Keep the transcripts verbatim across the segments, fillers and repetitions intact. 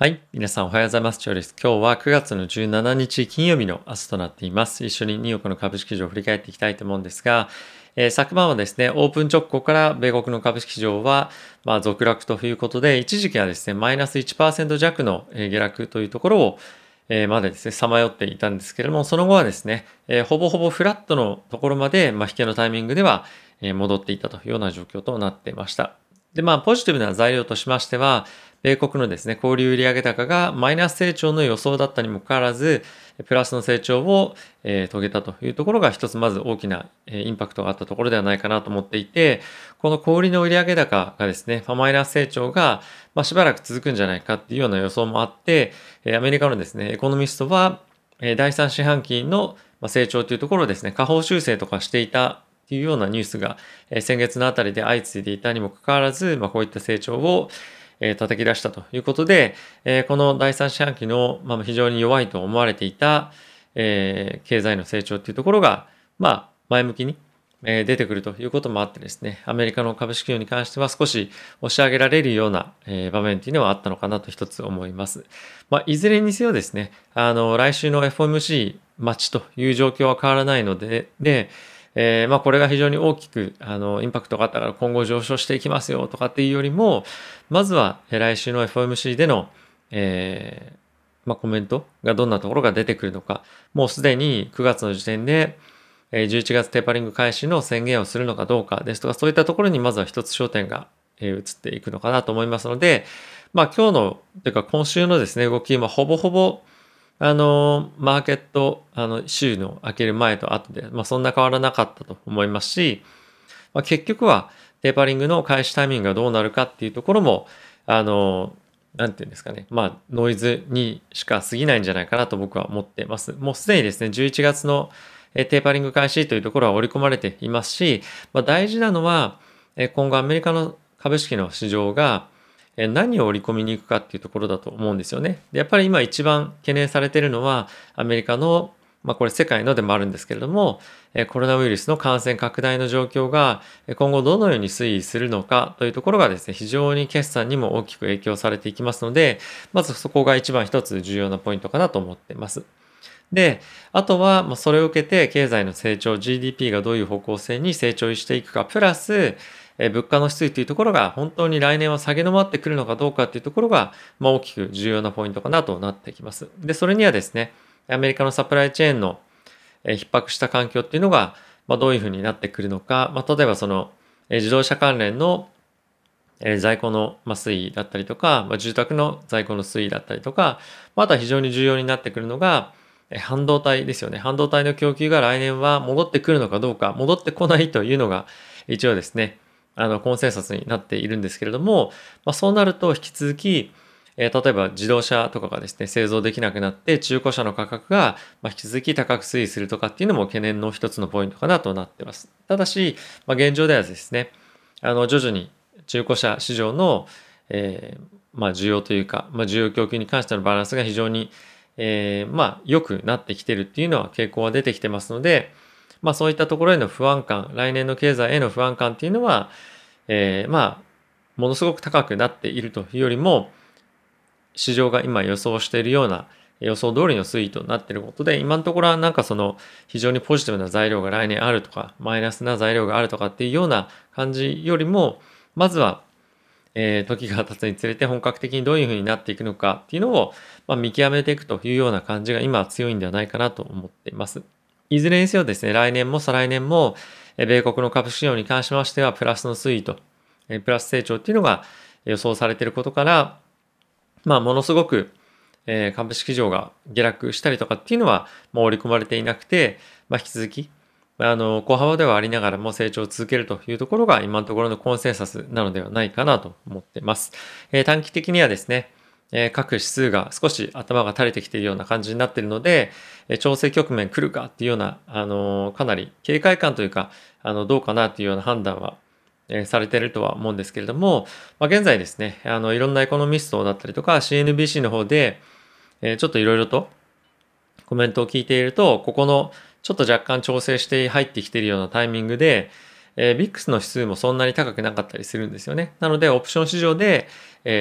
はい。皆さんおはようございます。チョウです。今日はくがつのじゅうしちにち金曜日の朝となっています。一緒にニューヨークの株式市場を振り返っていきたいと思うんですが、えー昨晩はですね、オープン直後から米国の株式市場は、まあ、続落ということで、一時期はですね、マイナスいちパーセント弱のえー下落というところを、えーまでですね、さまよっていたんですけれども、その後はですね、えーほぼほぼフラットのところまで、まあ、引けのタイミングでは、えー戻っていたというような状況となっていました。で、まあ、ポジティブな材料としましては、米国のですね、小売売上高がマイナス成長の予想だったにもかかわらず、プラスの成長を、えー遂げたというところが一つまず大きな、えーインパクトがあったところではないかなと思っていて、この小売の売上高がですね、まあマイナス成長が、まあ、しばらく続くんじゃないかっていうような予想もあって、えーアメリカのですね、エコノミストは、えーだいさん四半期のまあ成長というところをですね、下方修正とかしていたっていうようなニュースが、えー先月のあたりで相次いでいたにもかかわらず、まあ、こういった成長を、えー叩き出したということで、えーこのだいさん四半期の、まあ、非常に弱いと思われていた、えー経済の成長というところが、まあ、前向きに、えー出てくるということもあってですね、アメリカの株式市場に関しては少し押し上げられるような、えー場面というのはあったのかなと一つ思います。まあ、いずれにせよですね、あの、来週の エフオーエムシー 待ちという状況は変わらないので、で、えーまあ、これが非常に大きくあのインパクトがあったから今後上昇していきますよとかっていうよりも、まずはえー来週の エフオーエムシー での、えーまあ、コメントがどんなところが出てくるのか、もうすでにくがつの時点でえーじゅういちがつテーパリング開始の宣言をするのかどうかですとか、そういったところにまずは一つ焦点がえー移っていくのかなと思いますので、まあ今日の、というか今週のですね、動き、まあほぼほぼあの、マーケット、あの、週の開ける前と後で、まあそんな変わらなかったと思いますし、まあ、結局はテーパリングの開始タイミングがどうなるかっていうところも、あの、なんていうんですかね、まあ、ノイズにしか過ぎないんじゃないかなと僕は思っています。もうすでにですね、じゅういちがつのえーテーパリング開始というところは織り込まれていますし、まあ、大事なのは、えー今後アメリカの株式の市場がえー何を織り込みに行くかっていうところだと思うんですよね。でやっぱり今一番懸念されているのは、アメリカの、まあこれ世界のでもあるんですけれども、えーコロナウイルスの感染拡大の状況がえー今後どのように推移するのかというところがですね、非常に決算にも大きく影響されていきますので、まずそこが一番一つ重要なポイントかなと思っています。で、あとは、まあ、それを受けて経済の成長、ジーディーピー がどういう方向性に成長していくか、プラス、えー物価の推移というところが本当に来年は下げ止まってくるのかどうかっていうところが、まあ、大きく重要なポイントかなとなってきます。で、それにはですね、アメリカのサプライチェーンのえー逼迫した環境っていうのが、まあ、どういうふうになってくるのか、まあ、例えばその、えー自動車関連のえー在庫のまあ推移だったりとか、まあ、住宅の在庫の推移だったりとか、まあ、あとは非常に重要になってくるのが、えー半導体ですよね。半導体の供給が来年は戻ってくるのかどうか、戻ってこないというのが一応ですね、あの、コンセンサスになっているんですけれども、まあ、そうなると引き続き、えー例えば自動車とかがですね、製造できなくなって中古車の価格がまあ引き続き高く推移するとかっていうのも懸念の一つのポイントかなとなっています。ただし、まあ、現状ではですね、あの、徐々に中古車市場の、えーまあ、需要というか、まあ、需要供給に関してのバランスが非常に、えーまあ、良くなってきてるっていうのは傾向は出てきてますので、まあ、そういったところへの不安感、来年の経済への不安感っていうのは、えーまあ、ものすごく高くなっているというよりも、市場が今予想しているような予想通りの推移となっていることで、今のところはなんかその非常にポジティブな材料が来年あるとか、マイナスな材料があるとかっていうような感じよりも、まずは、えー時が経つにつれて本格的にどういうふうになっていくのかっていうのを、まあ、見極めていくというような感じが今は強いんではないかなと思っています。いずれにせよですね、来年も再来年も、えー米国の株式市場に関しましては、プラスの推移と、えープラス成長っていうのが予想されていることから、まあ、ものすごく、えー株式市場が下落したりとかっていうのは、もう織り込まれていなくて、まあ、引き続き、あの、小幅ではありながらも成長を続けるというところが今のところのコンセンサスなのではないかなと思っています。えー短期的にはですね、えー各指数が少し頭が垂れてきているような感じになっているので、えー調整局面来るかっていうような、あのーかなり警戒感というか、あの、どうかなというような判断は、えーされているとは思うんですけれども、まあ、現在ですね、あの、いろんなエコノミストだったりとか シーエヌビーシー の方で、えーちょっといろいろとコメントを聞いていると、ここのちょっと若干調整して入ってきているようなタイミングで、えー、ビックス の指数もそんなに高くなかったりするんですよね。なので、オプション市場で、えー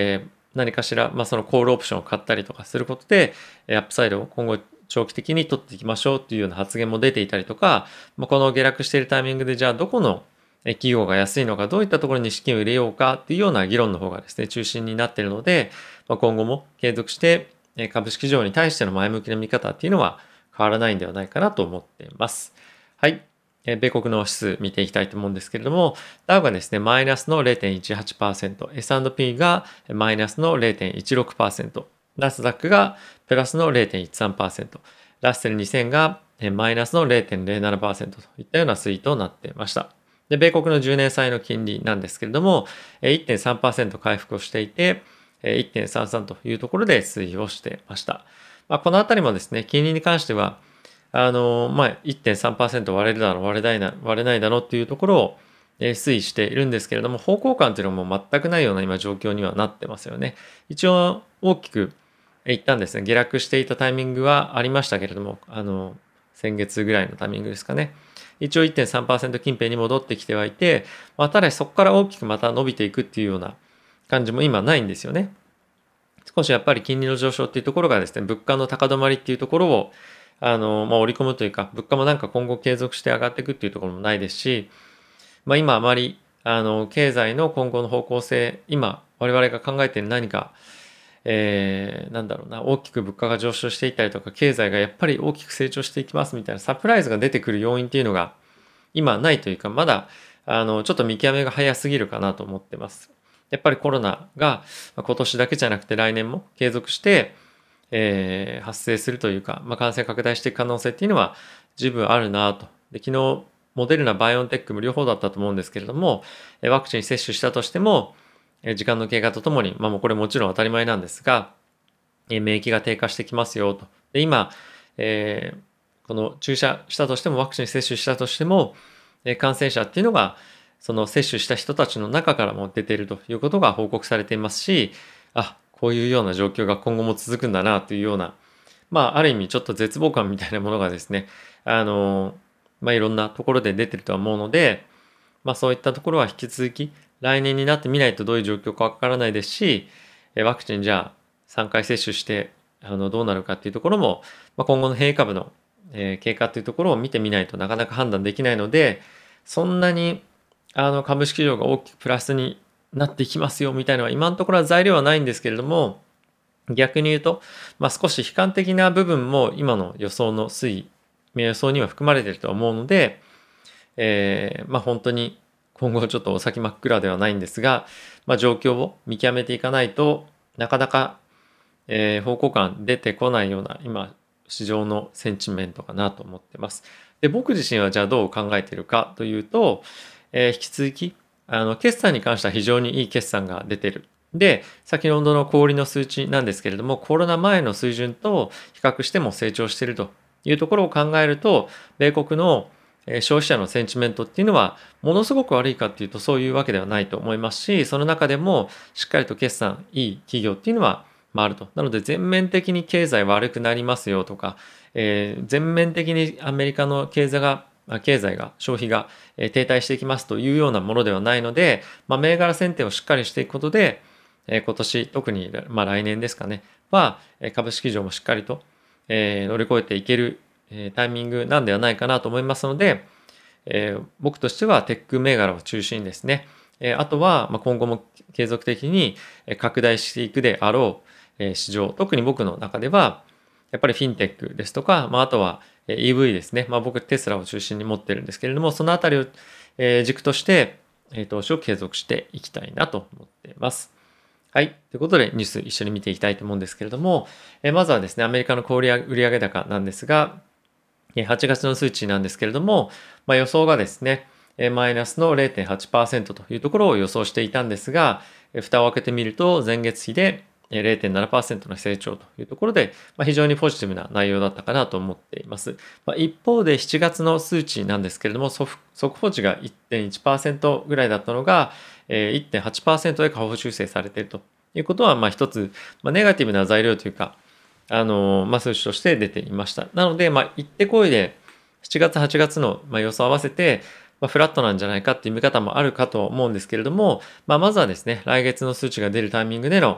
何かしら、まあ、そのコールオプションを買ったりとかすることで、アップサイドを今後長期的に取っていきましょうっていうような発言も出ていたりとか、まあ、この下落しているタイミングでじゃあどこの企業が安いのか、どういったところに資金を入れようかっていうような議論の方がですね、中心になっているので、まあ、今後も継続して株式市場に対しての前向きな見方っていうのは変わらないんではないかなと思っています。はい。米国の指数見ていきたいと思うんですけれども、ダウがですね、マイナスの れいてんいちはちパーセント、エスアンドピー がマイナスの れいてんいちろくパーセント、ナスダックがプラスの れいてんいちさんパーセント、ラッセルにせんがマイナスの れいてんぜろななパーセント といったような推移となっていました。で、米国のじゅうねん債の金利なんですけれども、いってんさんパーセント 回復をしていて、いってんさんさん というところで推移をしていました。まあ、このあたりもですね、金利に関しては、あの、まあ、いってんさんパーセント 割れるだろう、割れないな、割れないだろうっていうところを推移しているんですけれども、方向感というのも全くないような今状況にはなってますよね。一応大きく一旦ですね、下落していたタイミングはありましたけれども、あの、先月ぐらいのタイミングですかね。一応 いってんさんパーセント 近辺に戻ってきてはいて、まあ、ただしそこから大きくまた伸びていくっていうような感じも今ないんですよね。少しやっぱり金利の上昇っていうところがですね、物価の高止まりっていうところをあの、まあ、織り込むというか、物価もなんか今後継続して上がっていくっていうところもないですし、まあ、今あまり、あの、経済の今後の方向性、今、我々が考えている何か、えー、なんだろうな、大きく物価が上昇していったりとか、経済がやっぱり大きく成長していきますみたいなサプライズが出てくる要因っていうのが、今ないというか、まだ、あの、ちょっと見極めが早すぎるかなと思ってます。やっぱりコロナが今年だけじゃなくて来年も継続して、えー、発生するというか、まあ、感染拡大していく可能性っていうのは十分あるなと。で、昨日、モデルナ、バイオンテックも両方だったと思うんですけれども、ワクチン接種したとしても、時間の経過とともに、まあもうこれもちろん当たり前なんですが、免疫が低下してきますよと。で、今、えー、この注射したとしても、ワクチン接種したとしても、感染者っていうのが、その接種した人たちの中からも出ているということが報告されていますし、あ、こういうような状況が今後も続くんだなというような、まあ、ある意味ちょっと絶望感みたいなものがですね、あの、まあ、いろんなところで出てるとは思うので、まあ、そういったところは引き続き、来年になってみないとどういう状況かわからないですし、ワクチンじゃあさんかい接種して、あの、どうなるかっていうところも、まあ、今後の変異株の、えー、経過っていうところを見てみないとなかなか判断できないので、そんなに、あの、株式市場が大きくプラスになっていきますよみたいなのは今のところは材料はないんですけれども、逆に言うと、まあ、少し悲観的な部分も今の予想の推移、予想には含まれていると思うので、えー、まあ本当に今後ちょっとお先真っ暗ではないんですが、まあ、状況を見極めていかないとなかなか、えー、方向感出てこないような今市場のセンチメントかなと思ってます。で、僕自身はじゃあどう考えているかというと、えー、引き続きあの決算に関しては非常にいい決算が出てる。で、先ほどの小売の数値なんですけれども、コロナ前の水準と比較しても成長しているというところを考えると、米国の消費者のセンチメントっていうのはものすごく悪いかっていうとそういうわけではないと思いますし、その中でもしっかりと決算いい企業っていうのはあると。なので全面的に経済悪くなりますよとか、えー、全面的にアメリカの経済が経済が消費が停滞していきますというようなものではないので、まあ、銘柄選定をしっかりしていくことで、えー、今年特に、まあ、来年ですかねは株式市場もしっかりと、えー、乗り越えていけるタイミングなんではないかなと思いますので、えー、僕としてはテック銘柄を中心にですね、えー、あとはまあ今後も継続的に拡大していくであろう市場、特に僕の中ではやっぱりフィンテックですとか、まあ、あとは イーブイ ですね、まあ、僕テスラを中心に持ってるんですけれども、そのあたりを軸として投資を継続していきたいなと思っています。はい。ということでニュース一緒に見ていきたいと思うんですけれども、まずはですね、アメリカの小売上高なんですが、はちがつの数値なんですけれども、まあ、予想がですね、マイナスの れいてんはちパーセント というところを予想していたんですが、蓋を開けてみると前月比で れいてんななパーセント の成長というところで、まあ、非常にポジティブな内容だったかなと思っています。まあ、一方でしちがつの数値なんですけれども、速報値が いってんいちパーセント ぐらいだったのが いってんはちパーセント で下方修正されているということは、まあ一つ、まあ、ネガティブな材料というか、あの、まあ、数値として出ていました。なので、まあ、行ってこいで、しちがつ、はちがつの予想を合わせて、まあ、フラットなんじゃないかっていう見方もあるかと思うんですけれども、まあ、まずはですね、来月の数値が出るタイミングでの、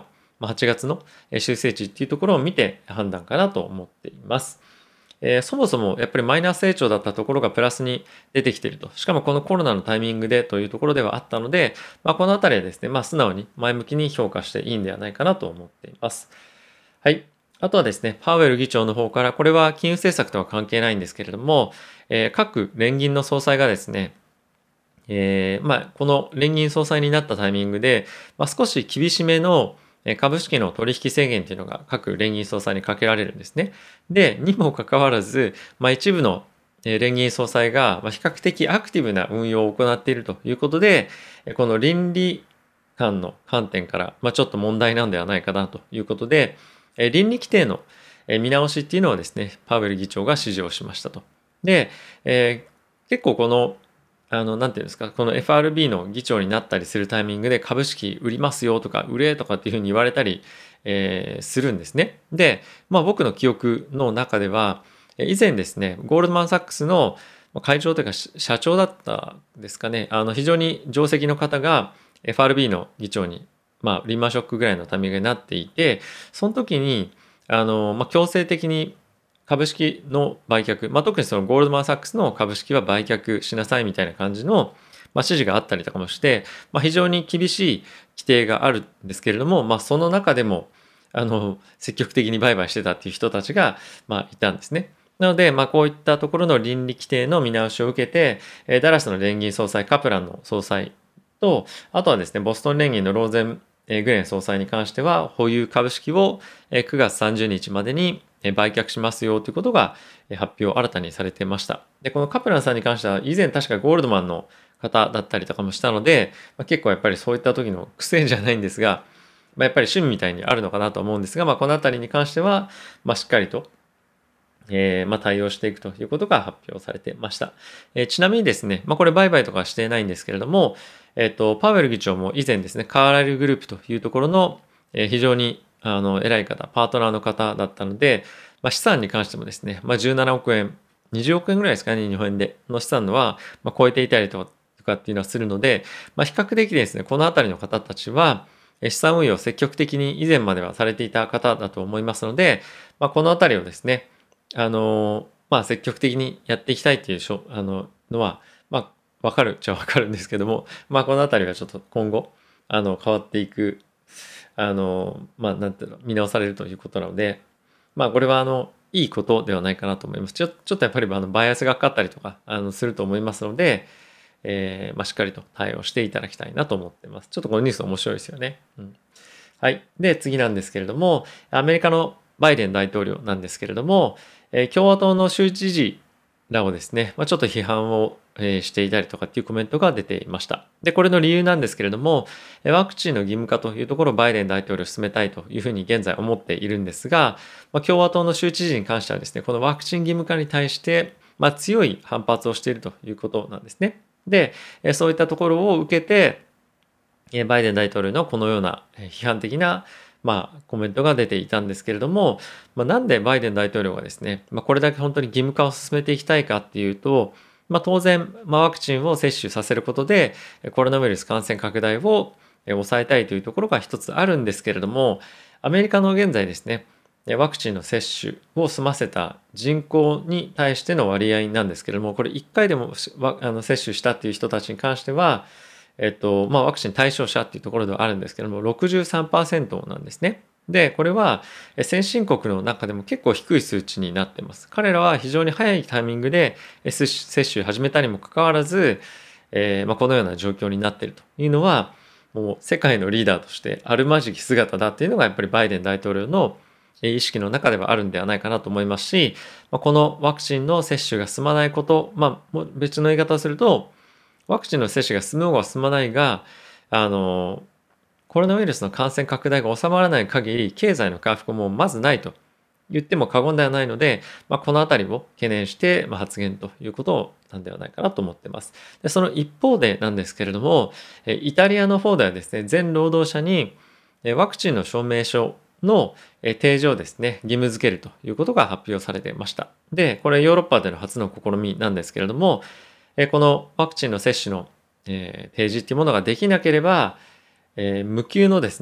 はちがつの修正値っていうところを見て判断かなと思っています。えー、そもそもやっぱりマイナス成長だったところがプラスに出てきていると。しかもこのコロナのタイミングでというところではあったので、まあ、このあたりはですね、まあ、素直に前向きに評価していいんではないかなと思っています。はい。あとはですね、パウエル議長の方から、これは金融政策とは関係ないんですけれども、えー、各連銀の総裁がですね、えー、まあ、この連銀総裁になったタイミングで、まあ、少し厳しめの株式の取引制限というのが各連銀総裁にかけられるんですね。で、にもかかわらず、まあ、一部の連銀総裁が比較的アクティブな運用を行っているということで、この倫理観の観点から、まあ、ちょっと問題なんではないかなということで、倫理規定の見直しっていうのをですね、パウエル議長が指示をしましたと。で、えー、結構このあの、なんていうんですか、この エフアールビー の議長になったりするタイミングで株式売りますよとか、売れとかっていうふうに言われたり、えー、するんですね。で、まあ僕の記憶の中では、以前ですね、ゴールドマン・サックスの会長というか社長だったんですかね、あの非常に定石の方が エフアールビー の議長に、まあリーマンショックぐらいのタイミングになっていて、その時に、あの、まあ強制的に株式の売却、まあ、特にそのゴールドマン・サックスの株式は売却しなさいみたいな感じの、まあ、指示があったりとかもして、まあ、非常に厳しい規定があるんですけれども、まあ、その中でもあの積極的に売買してたっていう人たちが、まあ、いたんですね。なので、まあ、こういったところの倫理規定の見直しを受けて、ダラスの連銀総裁、カプランの総裁と、あとはですね、ボストン連銀のローゼン・グレン総裁に関しては、保有株式をくがつさんじゅうにちまでに売却しますよということが発表新たにされてました。で、このカプランさんに関しては以前確かゴールドマンの方だったりとかもしたので、まあ、結構やっぱりそういった時の癖じゃないんですが、まあ、やっぱり趣味みたいにあるのかなと思うんですが、まあ、このあたりに関しては、まあ、しっかりと、えー、まあ対応していくということが発表されてました。えー、ちなみにですね、まあ、これ売買とかしていないんですけれども、えっと、パウエル議長も以前ですね、カーライルグループというところの、えー、非常にあの偉い方、パートナーの方だったので、まあ、資産に関してもですね、まあ、じゅうななおくえん、にじゅうおくえんぐらいですかね、日本円での資産は、まあ、超えていたりとかっていうのはするので、まあ、比較的ですね、このあたりの方たちは、資産運用を積極的に以前まではされていた方だと思いますので、まあ、このあたりをですね、あの、まあ、積極的にやっていきたいっていうしょあののは、まあ、わかるっちゃわかるんですけども、まあ、このあたりはちょっと今後、あの、変わっていく、あの、まあ、なんていうの、見直されるということなので、まあ、これは、あの、いいことではないかなと思います。ちょ、ちょっとやっぱり、あの、バイアスがかかったりとか、あの、すると思いますので、えー、まあ、しっかりと対応していただきたいなと思ってます。ちょっとこのニュース面白いですよね。うん。はい。で、次なんですけれども、アメリカのバイデン大統領なんですけれども、えー、共和党の州知事らをですね、まあ、ちょっと批判を、えー、していたりとかっていうコメントが出ていました。で、これの理由なんですけれども、ワクチンの義務化というところをバイデン大統領を進めたいというふうに現在思っているんですが、まあ、共和党の州知事に関してはですね、このワクチン義務化に対して、まあ、強い反発をしているということなんですね。で、そういったところを受けて、バイデン大統領のこのような批判的なまあ、コメントが出ていたんですけれども、まあ、なんでバイデン大統領がですね、まあ、これだけ本当に義務化を進めていきたいかっていうと、まあ、当然、まあ、ワクチンを接種させることで、コロナウイルス感染拡大を抑えたいというところが一つあるんですけれども、アメリカの現在ですね、ワクチンの接種を済ませた人口に対しての割合なんですけれども、これいっかいでもあの接種したっていう人たちに関しては、えっと、まあ、ワクチン対象者っていうところではあるんですけども、ろくじゅうさんパーセント なんですね。で、これは先進国の中でも結構低い数値になっています。彼らは非常に早いタイミングで接種始めたにもかかわらず、えーまあ、このような状況になっているというのは、もう世界のリーダーとしてあるまじき姿だっていうのがやっぱりバイデン大統領の意識の中ではあるんではないかなと思いますし、このワクチンの接種が進まないこと、まあ、別の言い方をすると、ワクチンの接種が進む方が進まないが、あの、コロナウイルスの感染拡大が収まらない限り、経済の回復もまずないと言っても過言ではないので、まあ、このあたりを懸念して、まあ、発言ということなんではないかなと思っています。で、その一方でなんですけれども、イタリアの方ではですね、全労働者にワクチンの証明書の提示をですね、義務付けるということが発表されていました。で、これヨーロッパでの初の試みなんですけれども、このワクチンの接種の提示っていうものができなければ、無給のですね、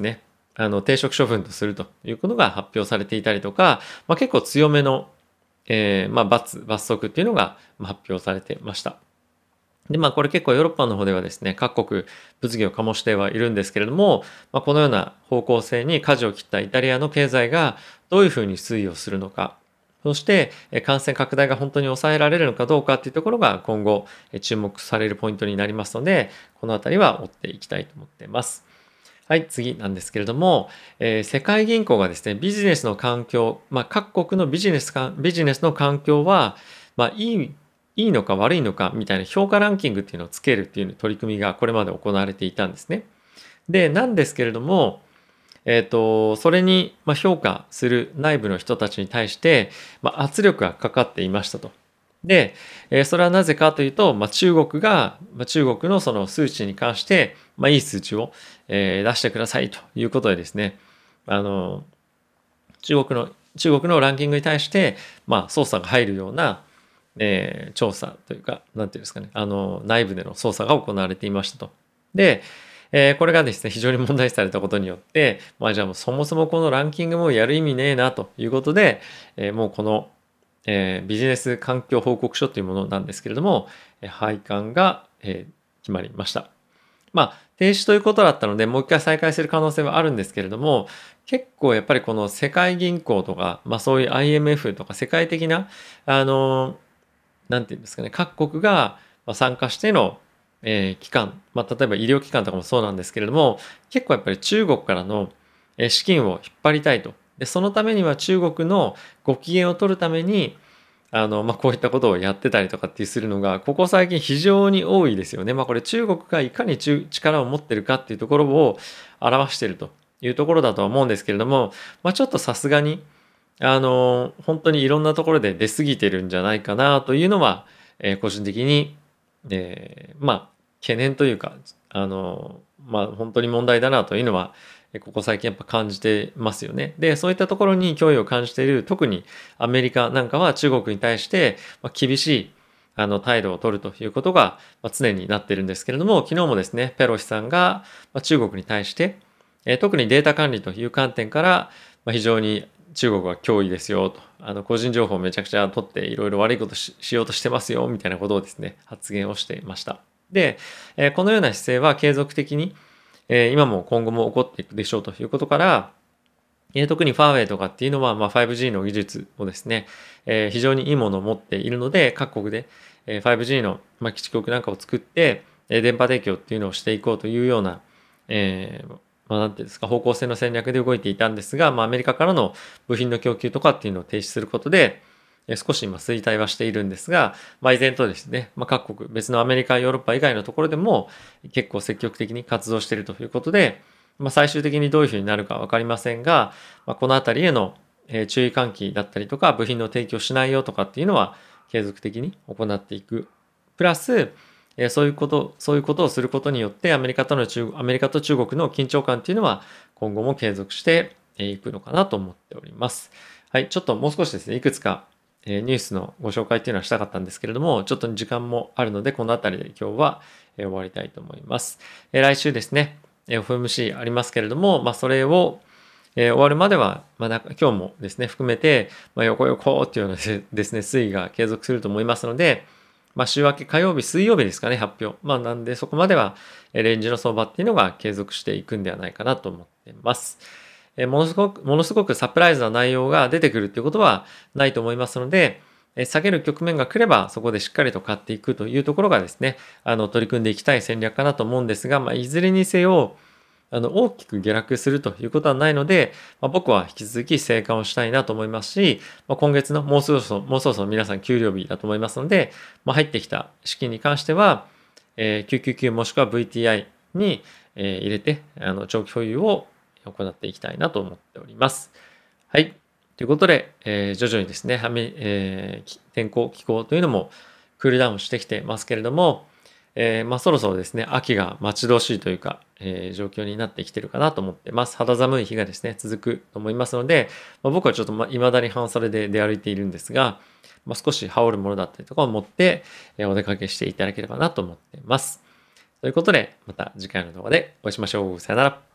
あの停職処分とするということが発表されていたりとか、まあ、結構強めの、えーまあ、罰、罰則っていうのが発表されてました。で、まあこれ結構ヨーロッパの方ではですね、各国物議を醸してはいるんですけれども、まあ、このような方向性に舵を切ったイタリアの経済がどういうふうに推移をするのか、そして感染拡大が本当に抑えられるのかどうかっていうところが今後注目されるポイントになりますので、このあたりは追っていきたいと思っています。はい、次なんですけれども、えー世界銀行がですね、ビジネスの環境、まあ、各国のビジネスか、ビジネスの環境は、まあ、いい、いいのか悪いのかみたいな評価ランキングっていうのをつけるっていう取り組みがこれまで行われていたんですね。で、なんですけれども、えっと、それにまあ評価する内部の人たちに対して、まあ、圧力がかかっていましたと。で、えーそれはなぜかというと、まあ、中国が、まあ、中国のその数値に関して、まあ、いい数値を、えー出してくださいということでですね、あの、中国の、中国のランキングに対して、まあ、操作が入るような、えー調査というか、なんていうんですかね、あの、内部での操作が行われていましたと。で、えーこれがですね、非常に問題視されたことによって、まあじゃあもうそもそもこのランキングもやる意味ねえなということで、えーもうこの、えービジネス環境報告書というものなんですけれども、えー廃刊が、えー決まりました。まあ、停止ということだったので、もう一回再開する可能性はあるんですけれども、結構やっぱりこの世界銀行とか、まあそういう アイエムエフ とか世界的な、あの、なんていうんですかね、各国が参加しての、えー機関、まあ例えば医療機関とかもそうなんですけれども、結構やっぱり中国からのえー資金を引っ張りたいと。で、そのためには中国のご機嫌を取るために、あの、まあ、こういったことをやってたりとかってするのが、ここ最近非常に多いですよね。まあ、これ中国がいかに中力を持ってるかっていうところを表しているというところだとは思うんですけれども、まあ、ちょっとさすがに、あの、本当にいろんなところで出過ぎてるんじゃないかなというのは、えー個人的に、えーまあ、懸念というか、あの、まあ、本当に問題だなというのは、えここ最近やっぱ感じてますよね。で、そういったところに脅威を感じている、特にアメリカなんかは中国に対して、まあ、厳しいあの態度を取るということが、まあ、常になっているんですけれども、昨日もですね、ペロシさんが、まあ、中国に対して、えー特にデータ管理という観点から、まあ、非常に中国は脅威ですよと、あの個人情報をめちゃくちゃ取っていろいろ悪いことししようとしてますよみたいなことをですね、発言をしていました。で、えーこのような姿勢は継続的に、えー今も今後も起こっていくでしょうということから、えー特にファーウェイとかっていうのは、まあ、ファイブジー の技術をですね、えー非常にいいものを持っているので、各国で、えー ファイブジー の、まあ、基地局なんかを作って、えー電波提供っていうのをしていこうというような、えーまあ、なんていうんですか、方向性の戦略で動いていたんですが、まあ、アメリカからの部品の供給とかっていうのを停止することで、えー少し今衰退はしているんですが、まあ、依然とですね、まあ、各国、別のアメリカ、ヨーロッパ以外のところでも結構積極的に活動しているということで、まあ、最終的にどういうふうになるか分かりませんが、まあ、このあたりへのえー注意喚起だったりとか、部品の提供しないよとかっていうのは継続的に行っていく。プラス、えーそういうこと、そういうことをすることによって、アメリカとの中、アメリカと中国の緊張感っていうのは今後も継続していくのかなと思っております。はい、ちょっともう少しですね、いくつかえーニュースのご紹介っていうのはしたかったんですけれども、ちょっと時間もあるので、このあたりで今日はえー終わりたいと思います。えー来週ですね、えー エフエムシー ありますけれども、まあ、それを、えー終わるまでは、まあ、なんか今日もですね、含めて、まあ、横横っていうようなですね、推移が継続すると思いますので、まあ、週明け火曜日、水曜日ですかね、発表。まあ、なんでそこまでは、えーレンジの相場っていうのが継続していくんではないかなと思っています。えーものすごく、ものすごくサプライズな内容が出てくるっていうことはないと思いますので、えー下げる局面が来れば、そこでしっかりと買っていくというところがですね、あの、取り組んでいきたい戦略かなと思うんですが、まあ、いずれにせよ、あの、大きく下落するということはないので、まあ、僕は引き続き生還をしたいなと思いますし、まあ、今月のもうそろそろ、もうそろそろ皆さん給料日だと思いますので、まあ、入ってきた資金に関しては、えー、きゅうきゅうきゅうもしくは ブイティーアイ に、えー入れて、あの、長期保有を行っていきたいなと思っております。はい。ということで、えー徐々にですね、はみえーき天候、気候というのもクールダウンしてきてますけれども、えーまあ、そろそろですね、秋が待ち遠しいというか、えー状況になってきてるかなと思ってます。肌寒い日がですね、続くと思いますので、まあ、僕はちょっとま未だに半袖で出歩いているんですが、まあ、少し羽織るものだったりとかを持って、えーお出かけしていただければなと思っています。ということで、また次回の動画でお会いしましょう。さよなら。